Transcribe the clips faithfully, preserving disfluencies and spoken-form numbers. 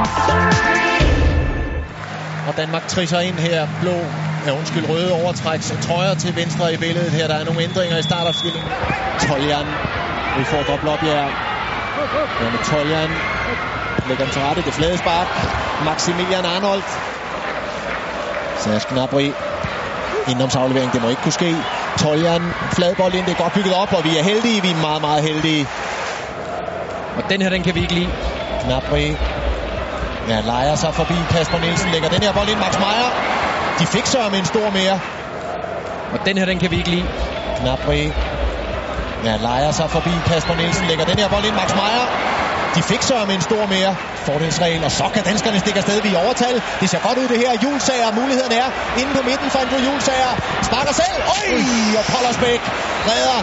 Og Danmark trisser ind her. Blå, ja undskyld, røde overtræks trøjer til venstre i billedet her. Der er nogle ændringer i startopstillingen. Toljan. Vi får dobbelt op, ja. Ja, med Toljan. Lægger den til rette. Det flade spark. Maximilian Arnold. Serge Gnabry. Indomsaflevering. Det må ikke kunne ske. Toljan. Fladbold ind. Det er godt bygget op, og vi er heldige. Vi er meget, meget heldige. Og den her, den kan vi ikke lide. Gnabry. Ja, lejer sig forbi. Kasper Nielsen lægger den her bold ind. Max Meyer. De fik så med en stor mere. Og den her, den kan vi ikke lide. Gnabry. Ja, lejer sig forbi. Kasper Nielsen lægger den her bold ind. Max Meyer. De fik så med en stor mere. Fordelsregel, og så kan danskerne stikke afsted. Vi er overtal. Det ser godt ud det her. Julsager, muligheden er inde på midten for Andrew Julsager. Sparker selv. Øj! Og Pollersbæk redder.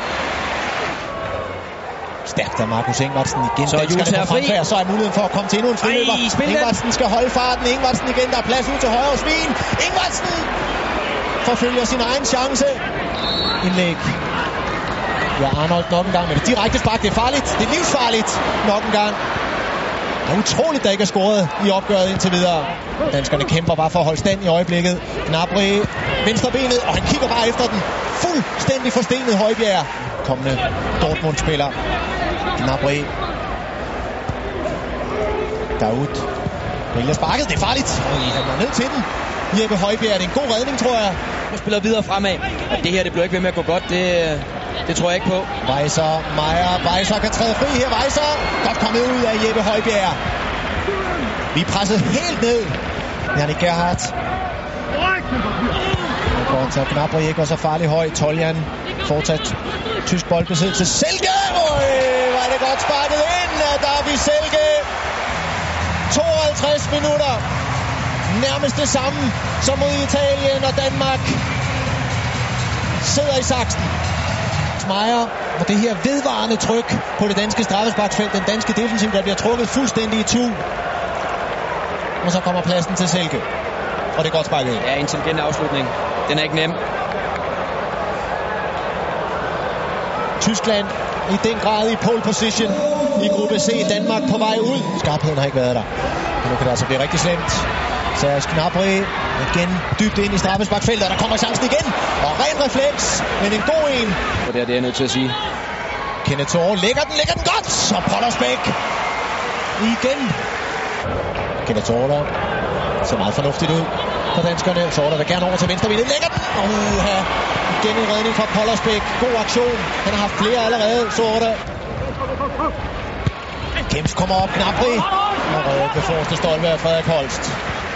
Stærkt af Markus Ingvartsen igen. Så er Julsager fri. Så er muligheden for at komme til endnu en friløber. Ingvartsen skal holde farten. Ingvartsen igen. Der er plads ud til højre svin. Ingvartsen forfølger sin egen chance. Indlæg. Ja, Arnold nok en gang med det direkte spark. Det er farligt. Det er livsfarligt nok en gang. Det er utroligt, der ikke er scoret i opgøret indtil videre. Danskerne kæmper bare for at holde stand i øjeblikket. Gnabry venstre benet, og han kigger bare efter den. Fuldstændig forstenet Højbjerg. Kommende Dortmund-spiller. Gnabry. Daoud. Vælger sparket. Det er farligt. Han er ned til den. Jeppe Højbjerg. Det er en god redning, tror jeg. Han spiller videre fremad. Og det her, det bliver ikke ved med at gå godt. Det... Det tror jeg ikke på. Weiser, Meyer, Weiser kan træde fri her. Weiser, godt kommet ud af Jeppe Højbjerg. Vi er presset helt ned. Jannik Gerhardt. Nu går han til Gnabry, ikke var så farlig høj. Toljan fortsat tysk boldbesiddelse. Selke! Øj, var det godt sparket ind af Darby Selke. tooghalvtreds minutter. Nærmest det samme som mod Italien, og Danmark sidder i saksen. Meyer, og det her vedvarende tryk på det danske straffesparksfelt, den danske defensiv, der bliver trukket fuldstændig i tu. Og så kommer pladsen til Selke. Og det er godt sparket ind. Ja, intelligent afslutning. Den er ikke nem. Tyskland i den grad i pole position i gruppe C. Danmark på vej ud. Skarpheden har ikke været der. Men nu kan det altså blive rigtig slemt. Serge Gnabry igen dybt ind i straffesparksfeltet, og der kommer chancen igen. Og ren refleks, men en god en. Og det er det, jeg er nødt til at sige. Kenneth Thor lægger den, lægger den godt. Og Pollersbæk igen. Kenneth Thor der ser meget fornuftigt ud for danskerne. Så der vil gerne over til venstre. Lægger den. Og uh, igen en redning fra Pollersbæk. God aktion. Han har haft flere allerede. Så der. Kemps kommer op. Gnabry. Og redder det forreste stolpe af Frederik Holst.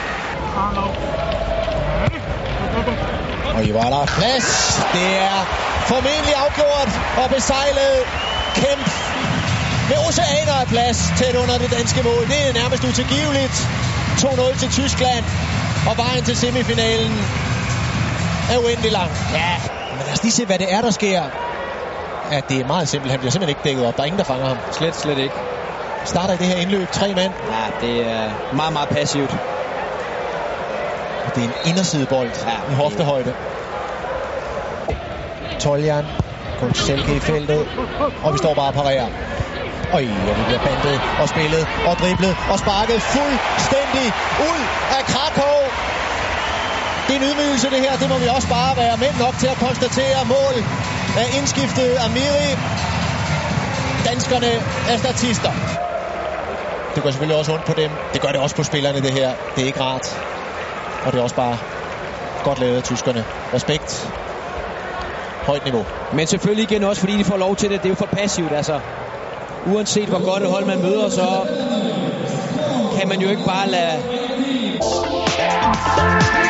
Og I var der plads. Det er formentlig afgjort og besejlet. Kemp med oceaner af plads tæt under det danske mål. Det er nærmest utilgiveligt. to nul til Tyskland. Og vejen til semifinalen er uendelig lang. Ja, men lad os lige se, hvad det er, der sker. Ja, det er meget simpelt. Han bliver simpelthen ikke dækket op. Der er ingen, der fanger ham. Slet, slet ikke. Starter i det her indløb. Tre mand. Ja, det er meget, meget passivt. Og det er en indersidebold ja, i hoftehøjde. Toljan. Kun Selke i feltet. Og vi står bare og parerer. Øj, og vi bliver bandet og spillet og driblet og sparket fuldstændig ud af Krakow. Det er en ydmygelse det her. Det må vi også bare være mænd nok til at konstatere. Mål af indskiftet Amiri. Danskerne er statister. Det gør selvfølgelig også ondt på dem. Det gør det også på spillerne det her. Det er ikke rart. Og det er også bare godt lavet af tyskerne. Respekt. Højt niveau. Men selvfølgelig igen også, fordi de får lov til det. Det er jo for passivt, altså. Uanset hvor godt et hold man møder, så kan man jo ikke bare lade...